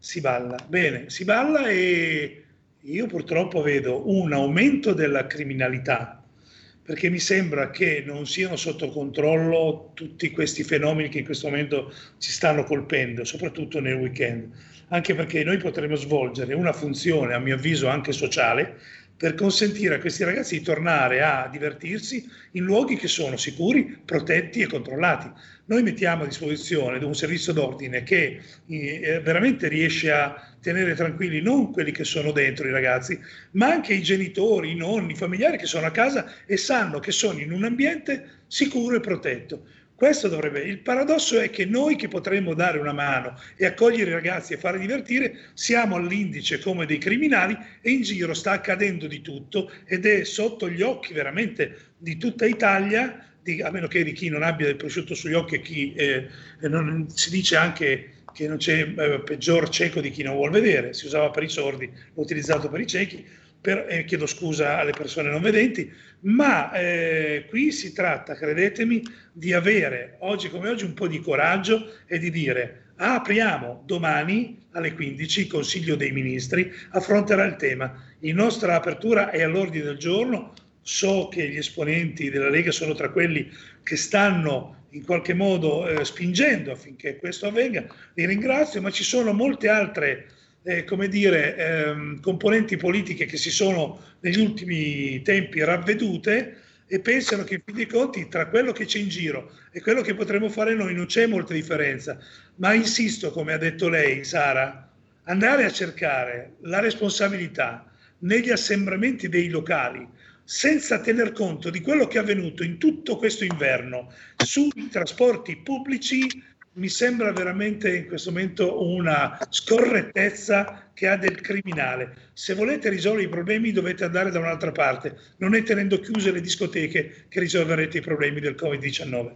bene, si balla, e io purtroppo vedo un aumento della criminalità, perché mi sembra che non siano sotto controllo tutti questi fenomeni che in questo momento ci stanno colpendo, soprattutto nel weekend, anche perché noi potremo svolgere una funzione, a mio avviso anche sociale, per consentire a questi ragazzi di tornare a divertirsi in luoghi che sono sicuri, protetti e controllati. Noi mettiamo a disposizione un servizio d'ordine che veramente riesce a tenere tranquilli non quelli che sono dentro, i ragazzi, ma anche i genitori, i nonni, i familiari che sono a casa e sanno che sono in un ambiente sicuro e protetto. Questo dovrebbe. Il paradosso è che noi che potremmo dare una mano e accogliere i ragazzi e fare divertire, siamo all'indice come dei criminali, e in giro sta accadendo di tutto ed è sotto gli occhi veramente di tutta Italia, a meno che di chi non abbia del prosciutto sugli occhi, e chi non, si dice anche che non c'è peggior cieco di chi non vuol vedere. Si usava per i sordi, l'ho utilizzato per i ciechi, chiedo scusa alle persone non vedenti, ma qui si tratta, credetemi, di avere oggi come oggi un po' di coraggio e di dire: apriamo domani alle 15, il Consiglio dei Ministri affronterà il tema. La nostra apertura è all'ordine del giorno. So che gli esponenti della Lega sono tra quelli che stanno in qualche modo spingendo affinché questo avvenga. Li ringrazio, ma ci sono molte altre componenti politiche che si sono negli ultimi tempi ravvedute e pensano che in fin dei conti tra quello che c'è in giro e quello che potremmo fare noi non c'è molta differenza. Ma insisto, come ha detto lei, Sara, andare a cercare la responsabilità negli assembramenti dei locali senza tener conto di quello che è avvenuto in tutto questo inverno sui trasporti pubblici mi sembra veramente in questo momento una scorrettezza che ha del criminale. Se volete risolvere i problemi dovete andare da un'altra parte, non è tenendo chiuse le discoteche che risolverete i problemi del Covid-19.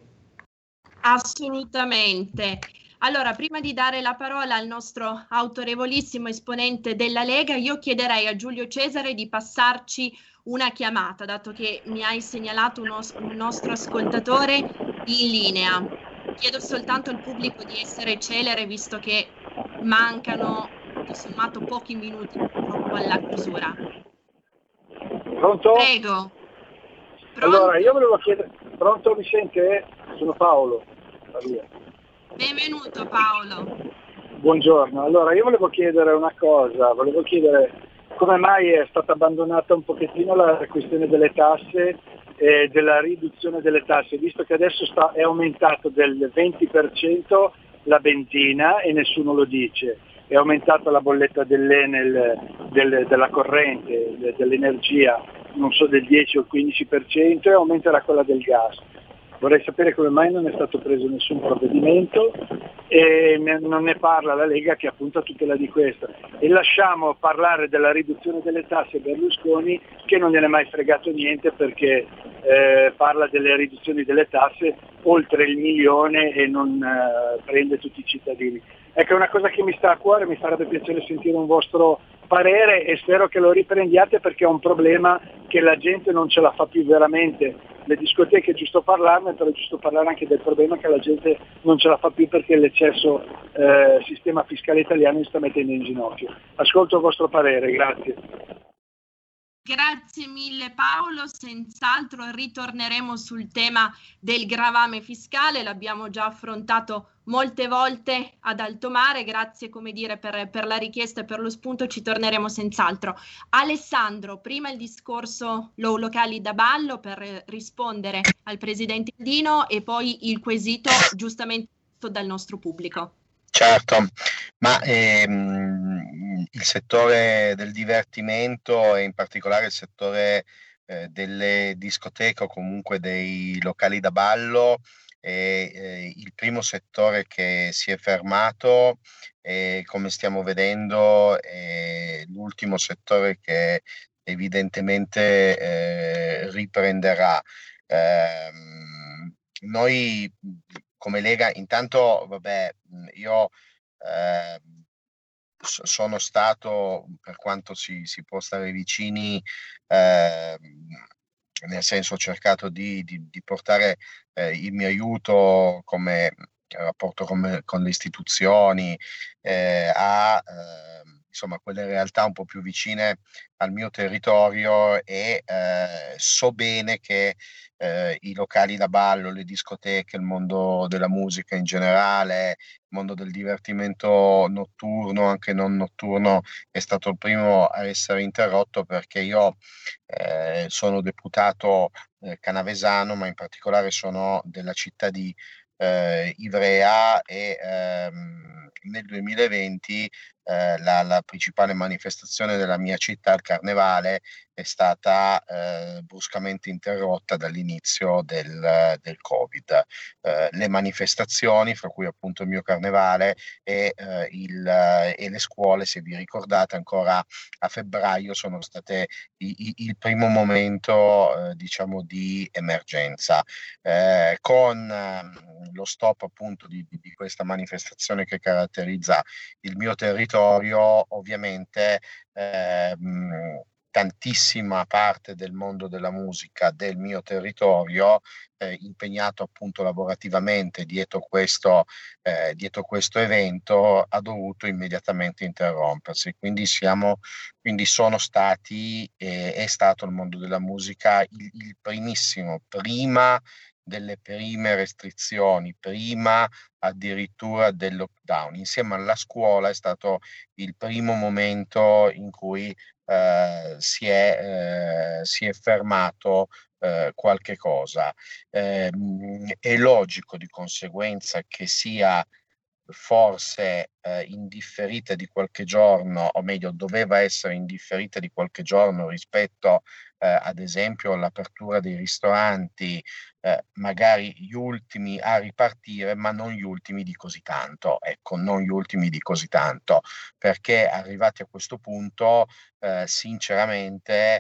Assolutamente. Allora, prima di dare la parola al nostro autorevolissimo esponente della Lega, io chiederei a Giulio Cesare di passarci una chiamata, dato che mi hai segnalato un nostro ascoltatore in linea. Chiedo soltanto al pubblico di essere celere, visto che mancano tutto sommato pochi minuti purtroppo alla chiusura. Pronto? Prego. Pronto? Allora, io volevo chiedere... Pronto, mi sente? Sono Paolo. Benvenuto Paolo. Buongiorno. Allora, io volevo chiedere una cosa. Volevo chiedere come mai è stata abbandonata un pochettino la questione delle tasse e della riduzione delle tasse, visto che adesso è aumentato del 20% la benzina e nessuno lo dice, è aumentata la bolletta dell'Enel, della corrente, dell'energia, non so, del 10 o il 15%, e aumenterà quella del gas. Vorrei sapere come mai non è stato preso nessun provvedimento e non ne parla la Lega, che appunto a tutela di questo. E lasciamo parlare della riduzione delle tasse Berlusconi, che non gliene è mai fregato niente, perché parla delle riduzioni delle tasse oltre il 1 milione e non prende tutti i cittadini. Ecco, è una cosa che mi sta a cuore, mi farebbe piacere sentire un vostro parere e spero che lo riprendiate, perché è un problema che la gente non ce la fa più veramente. Le discoteche è giusto parlarne, però è giusto parlare anche del problema che la gente non ce la fa più perché l'eccesso sistema fiscale italiano mi sta mettendo in ginocchio. Ascolto il vostro parere, grazie. Grazie mille Paolo, senz'altro ritorneremo sul tema del gravame fiscale, l'abbiamo già affrontato molte volte ad alto mare, grazie come dire per la richiesta e per lo spunto, ci torneremo senz'altro. Alessandro, prima il discorso locali da ballo per rispondere al presidente Dino e poi il quesito giustamente dal nostro pubblico. Certo, ma il settore del divertimento e in particolare il settore delle discoteche o comunque dei locali da ballo è il primo settore che si è fermato e come stiamo vedendo è l'ultimo settore che evidentemente riprenderà. Noi come Lega, intanto, vabbè, io sono stato, per quanto si può stare vicini, nel senso ho cercato di portare il mio aiuto come rapporto con le istituzioni a insomma quelle realtà un po' più vicine al mio territorio e so bene che i locali da ballo, le discoteche, il mondo della musica in generale, il mondo del divertimento notturno, anche non notturno, è stato il primo a essere interrotto perché io sono deputato canavesano, ma in particolare sono della città di Ivrea e nel 2020 la principale manifestazione della mia città, il Carnevale, è stata bruscamente interrotta dall'inizio del Covid. Le manifestazioni, fra cui appunto il mio Carnevale e le scuole, se vi ricordate, ancora a febbraio sono state il primo momento diciamo di emergenza. Con lo stop appunto di questa manifestazione che caratterizza il mio territorio, ovviamente tantissima parte del mondo della musica del mio territorio impegnato appunto lavorativamente dietro questo evento ha dovuto immediatamente interrompersi, quindi sono stati è stato il mondo della musica il primissimo, prima delle prime restrizioni, prima addirittura del lockdown. Insieme alla scuola è stato il primo momento in cui si è fermato qualche cosa. È logico di conseguenza che sia forse indifferita di qualche giorno, o meglio doveva essere indifferita di qualche giorno rispetto ad esempio all'apertura dei ristoranti, magari gli ultimi a ripartire, ma non gli ultimi di così tanto, ecco, non gli ultimi di così tanto, perché arrivati a questo punto, sinceramente,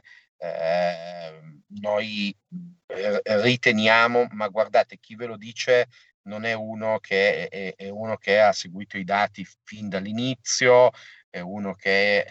noi riteniamo, ma guardate, chi ve lo dice non è uno che è uno che ha seguito i dati fin dall'inizio, è uno che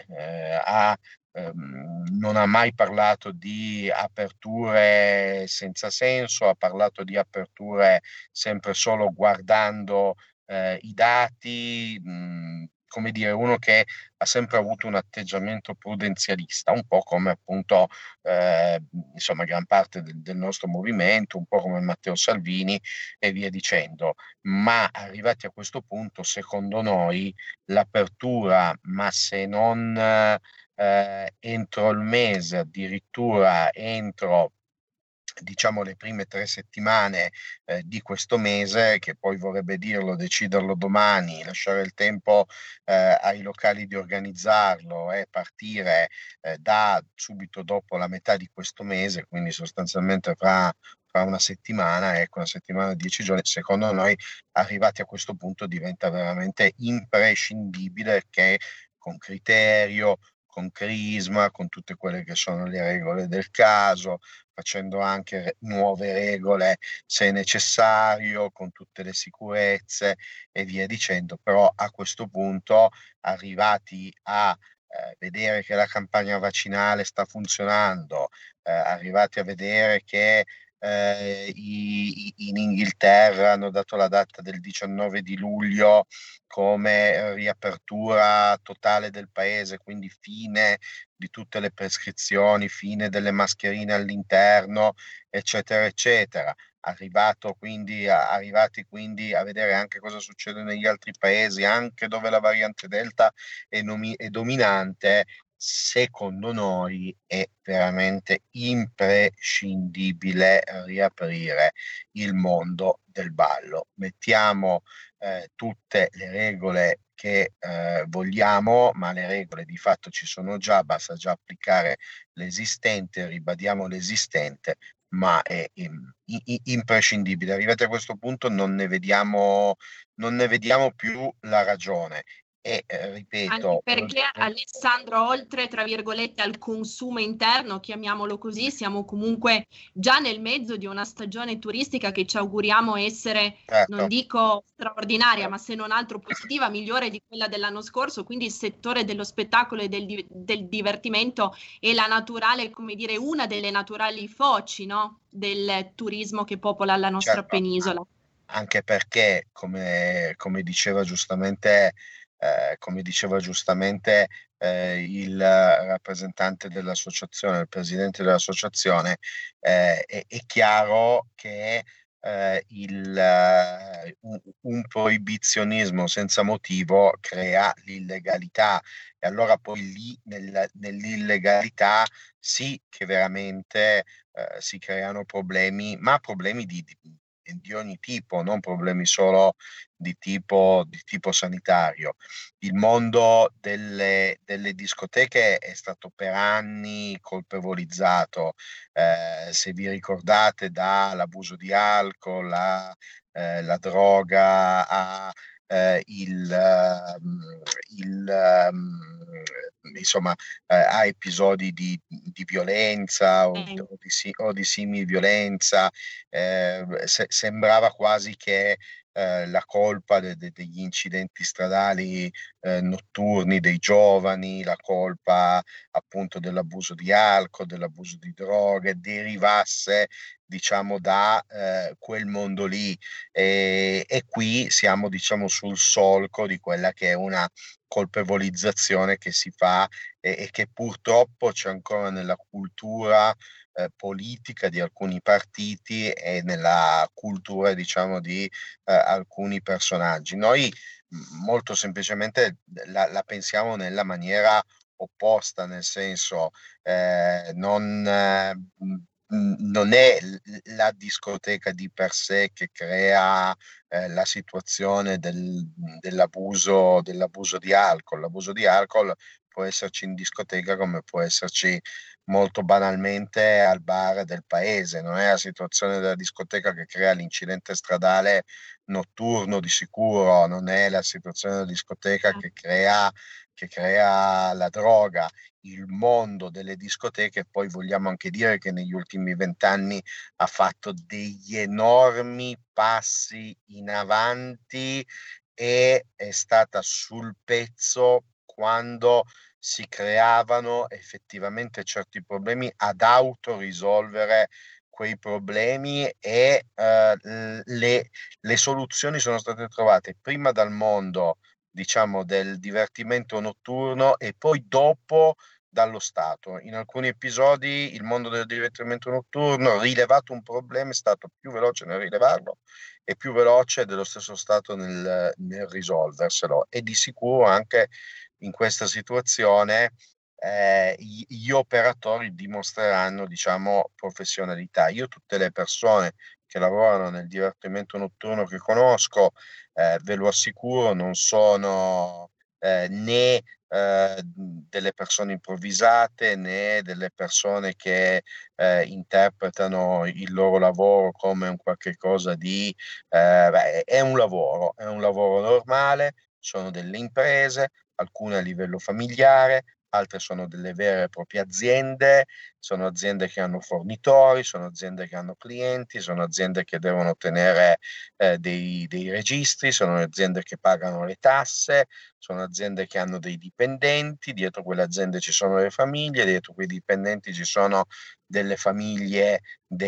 non ha mai parlato di aperture senza senso, ha parlato di aperture sempre solo guardando i dati, come dire, uno che ha sempre avuto un atteggiamento prudenzialista, un po' come appunto insomma gran parte del nostro movimento, un po' come Matteo Salvini e via dicendo. Ma arrivati a questo punto, secondo noi, l'apertura, ma se non entro il mese, addirittura entro diciamo le prime 3 settimane di questo mese, che poi vorrebbe dirlo deciderlo domani, lasciare il tempo ai locali di organizzarlo e partire da subito dopo la metà di questo mese, quindi sostanzialmente fra una settimana, ecco, una settimana e 10 giorni, secondo noi arrivati a questo punto diventa veramente imprescindibile che con criterio, con crisma, con tutte quelle che sono le regole del caso, facendo anche nuove regole se necessario, con tutte le sicurezze e via dicendo, però a questo punto, arrivati a vedere che la campagna vaccinale sta funzionando, arrivati a vedere che in Inghilterra hanno dato la data del 19 di luglio come riapertura totale del paese, quindi fine di tutte le prescrizioni, fine delle mascherine all'interno, eccetera, eccetera. Arrivati quindi a vedere anche cosa succede negli altri paesi, anche dove la variante Delta è dominante. Secondo noi è veramente imprescindibile riaprire il mondo del ballo. Mettiamo tutte le regole che vogliamo, ma le regole di fatto ci sono già, basta già applicare l'esistente, ribadiamo l'esistente, ma è imprescindibile. Arrivati a questo punto non ne vediamo più la ragione. E ripeto, anche perché Alessandro, oltre tra virgolette al consumo interno, chiamiamolo così, siamo comunque già nel mezzo di una stagione turistica che ci auguriamo essere, non dico straordinaria, ma se non altro positiva, migliore di quella dell'anno scorso. Quindi il settore dello spettacolo e del divertimento è la naturale, come dire, una delle naturali foci, no? Del turismo che popola la nostra penisola. Anche perché, come diceva giustamente il rappresentante dell'associazione, il presidente dell'associazione, è chiaro che un proibizionismo senza motivo crea l'illegalità, e allora poi lì nell'illegalità sì che veramente si creano problemi, ma problemi di ogni tipo, non problemi solo di tipo sanitario. Il mondo delle discoteche è stato per anni colpevolizzato, se vi ricordate, dall'abuso di alcol, la droga, a a episodi di violenza o di simil violenza. Sembrava quasi che la colpa degli incidenti stradali notturni dei giovani, la colpa appunto dell'abuso di alcol, dell'abuso di droghe, derivasse, diciamo, da quel mondo lì, e qui siamo, diciamo, sul solco di quella che è una colpevolizzazione che si fa e che purtroppo c'è ancora nella cultura politica di alcuni partiti e nella cultura, diciamo, di alcuni personaggi. Noi molto semplicemente la pensiamo nella maniera opposta, nel senso non è la discoteca di per sé che crea la situazione dell'abuso di alcol. L'abuso di alcol può esserci in discoteca come può esserci molto banalmente al bar del paese. Non è la situazione della discoteca che crea l'incidente stradale notturno di sicuro, non è la situazione della discoteca che crea la droga. Il mondo delle discoteche, poi vogliamo anche dire che negli ultimi 20 anni ha fatto degli enormi passi in avanti e è stata sul pezzo quando si creavano effettivamente certi problemi ad autorisolvere quei problemi, e le soluzioni sono state trovate prima dal mondo, diciamo, del divertimento notturno e poi dopo dallo Stato. In alcuni episodi il mondo del divertimento notturno, rilevato un problema, è stato più veloce nel rilevarlo e più veloce dello stesso Stato nel risolverselo, e di sicuro anche in questa situazione gli operatori dimostreranno, diciamo, professionalità. Io tutte le persone che lavorano nel divertimento notturno che conosco, ve lo assicuro, non sono né delle persone improvvisate, né delle persone che interpretano il loro lavoro come un qualche cosa di è un lavoro normale, sono delle imprese, alcune a livello familiare, altre sono delle vere e proprie aziende, sono aziende che hanno fornitori, sono aziende che hanno clienti, sono aziende che devono tenere dei registri, sono aziende che pagano le tasse, sono aziende che hanno dei dipendenti, dietro quelle aziende ci sono le famiglie, dietro quei dipendenti ci sono delle famiglie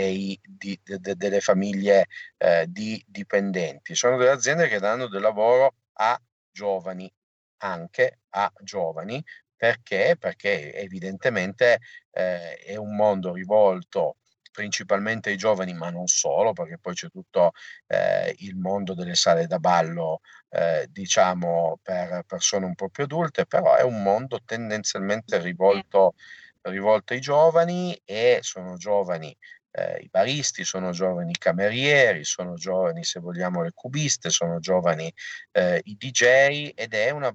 delle famiglie di dipendenti. Sono delle aziende che danno del lavoro a giovani, anche a giovani, perché evidentemente è un mondo rivolto principalmente ai giovani, ma non solo, perché poi c'è tutto il mondo delle sale da ballo, diciamo, per persone un po' più adulte, però è un mondo tendenzialmente rivolto ai giovani, e sono giovani i baristi, sono giovani i camerieri, sono giovani, se vogliamo, le cubiste, sono giovani i DJ, ed è una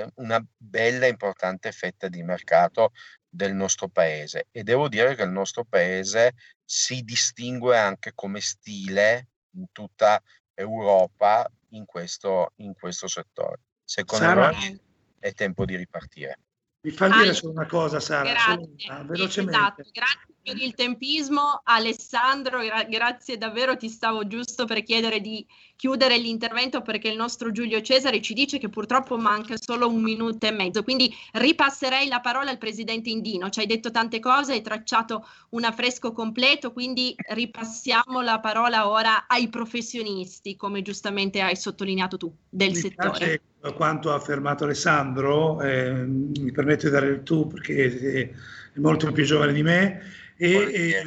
bella importante fetta di mercato del nostro paese. E devo dire che il nostro paese si distingue anche come stile in tutta Europa in questo settore. Secondo me è tempo di ripartire. Mi fa dire solo una cosa, Sara, velocemente. Esatto, grazie per il tempismo, Alessandro, grazie davvero, ti stavo giusto per chiedere di chiudere l'intervento, perché il nostro Giulio Cesare ci dice che purtroppo manca solo 1 minuto e mezzo, quindi ripasserei la parola al presidente Indino. Ci hai detto tante cose, hai tracciato un affresco completo, quindi ripassiamo la parola ora ai professionisti, come giustamente hai sottolineato tu, del settore. Quanto ha affermato Alessandro, mi permetto di dare il tu perché è molto più giovane di me, e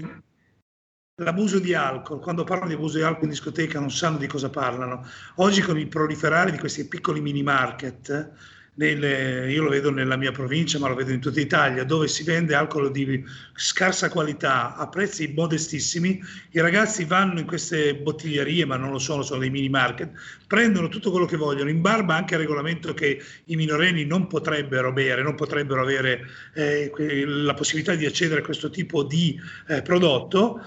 l'abuso di alcol, quando parlano di abuso di alcol in discoteca non sanno di cosa parlano. Oggi, con il proliferare di questi piccoli mini market, io lo vedo nella mia provincia, ma lo vedo in tutta Italia, dove si vende alcol di scarsa qualità a prezzi modestissimi, i ragazzi vanno in queste bottiglierie, ma non lo sono dei mini market, prendono tutto quello che vogliono, in barba anche al regolamento che i minorenni non potrebbero bere, non potrebbero avere la possibilità di accedere a questo tipo di prodotto,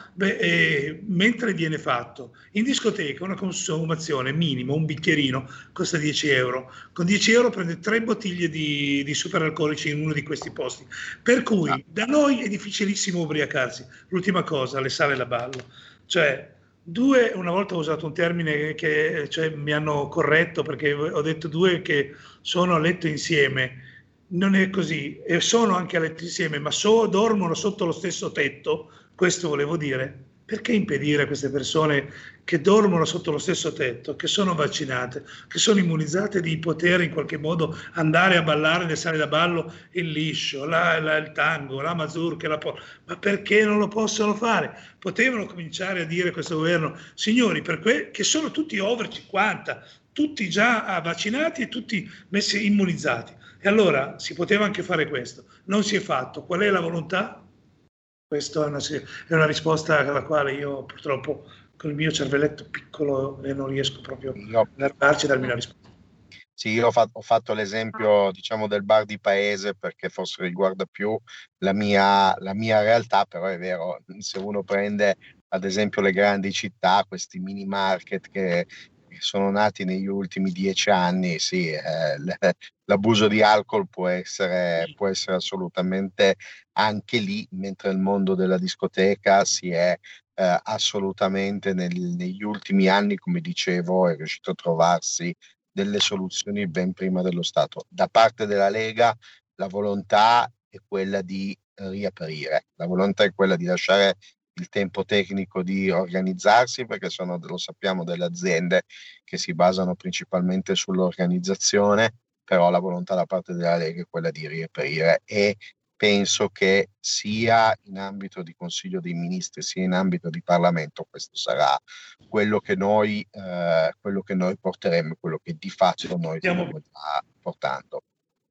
mentre viene fatto in discoteca una consumazione minimo, un bicchierino costa 10 euro, con 10 euro prende 3 bottiglie di superalcolici in uno di questi posti, per cui da noi è difficilissimo ubriacarsi. L'ultima cosa, le sale da ballo, cioè una volta ho usato un termine che mi hanno corretto, perché ho detto 2 che sono a letto insieme, non è così, e sono anche a letto insieme, ma dormono sotto lo stesso tetto. Questo volevo dire. Perché impedire a queste persone che dormono sotto lo stesso tetto, che sono vaccinate, che sono immunizzate, di poter in qualche modo andare a ballare nelle sale da ballo il liscio, il tango, la mazurka, ma perché non lo possono fare? Potevano cominciare a dire a questo governo: signori, che sono tutti over 50, tutti già vaccinati e tutti messi immunizzati. E allora si poteva anche fare questo. Non si è fatto. Qual è la volontà? Questa è una risposta alla quale io purtroppo con il mio cervelletto piccolo non riesco proprio a nervarci e darmi una risposta. Sì, io ho fatto l'esempio, diciamo, del bar di paese, perché forse riguarda più la mia realtà, però è vero, se uno prende ad esempio le grandi città, questi mini market che sono nati negli ultimi 10 anni, sì, l'abuso di alcol può essere assolutamente anche lì, mentre il mondo della discoteca si è assolutamente negli ultimi anni, come dicevo, è riuscito a trovarsi delle soluzioni ben prima dello Stato. Da parte della Lega la volontà è quella di riaprire, la volontà è quella di lasciare il tempo tecnico di organizzarsi, perché sono, lo sappiamo, delle aziende che si basano principalmente sull'organizzazione, però la volontà da parte della Lega è quella di riaprire, e penso che sia in ambito di Consiglio dei Ministri sia in ambito di Parlamento questo sarà quello che noi porteremo, quello che di fatto noi stiamo già portando.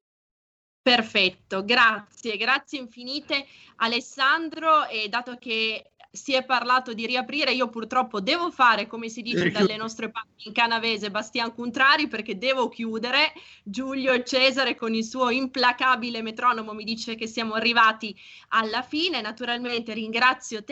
Perfetto, grazie infinite Alessandro, e dato che si è parlato di riaprire, io purtroppo devo fare, come si dice dalle nostre parti in canavese, Bastian Contrari, perché devo chiudere. Giulio Cesare con il suo implacabile metronomo mi dice che siamo arrivati alla fine. Naturalmente ringrazio te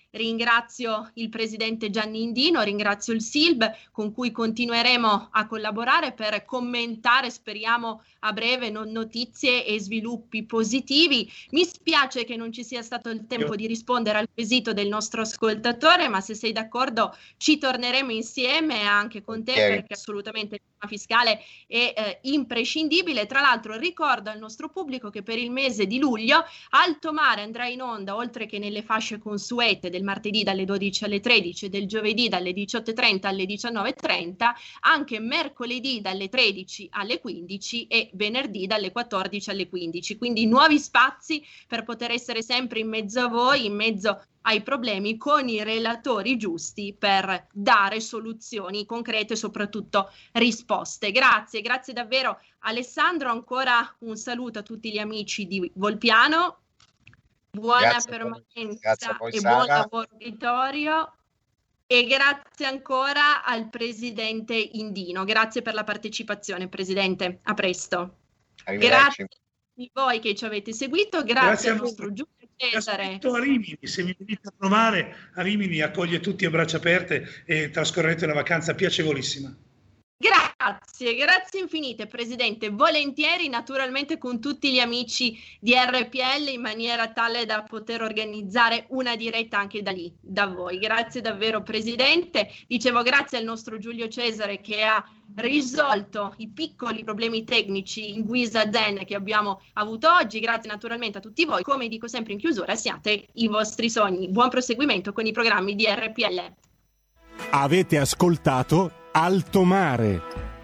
ringrazio il presidente Gianni Indino, ringrazio il SILB con cui continueremo a collaborare per commentare, speriamo a breve, notizie e sviluppi positivi. Mi spiace che non ci sia stato il tempo di rispondere al quesito del nostro ascoltatore, ma se sei d'accordo ci torneremo insieme anche con te, perché assolutamente il tema fiscale è imprescindibile. Tra l'altro ricordo al nostro pubblico che per il mese di luglio Alto Mare andrà in onda, oltre che nelle fasce consuete del martedì dalle 12 alle 13 e del giovedì dalle 18.30 alle 19.30, anche mercoledì dalle 13 alle 15 e venerdì dalle 14 alle 15. Quindi nuovi spazi per poter essere sempre in mezzo a voi, in mezzo ai problemi, con i relatori giusti per dare soluzioni concrete e soprattutto risposte. Grazie davvero Alessandro, ancora un saluto a tutti gli amici di Volpiano. Buona permanenza e buon lavoro Vittorio, e grazie ancora al presidente Indino. Grazie per la partecipazione, presidente, a presto. Grazie a voi che ci avete seguito, grazie al nostro Giulio Cesare. Aspetto a Rimini, se mi venite a trovare a Rimini accoglie tutti a braccia aperte e trascorrete una vacanza piacevolissima. Grazie infinite Presidente, volentieri, naturalmente con tutti gli amici di RPL, in maniera tale da poter organizzare una diretta anche da lì, da voi. Grazie davvero Presidente, dicevo grazie al nostro Giulio Cesare che ha risolto i piccoli problemi tecnici in guisa zen che abbiamo avuto oggi, grazie naturalmente a tutti voi, come dico sempre in chiusura, siate i vostri sogni. Buon proseguimento con i programmi di RPL. Avete ascoltato Alto Mare.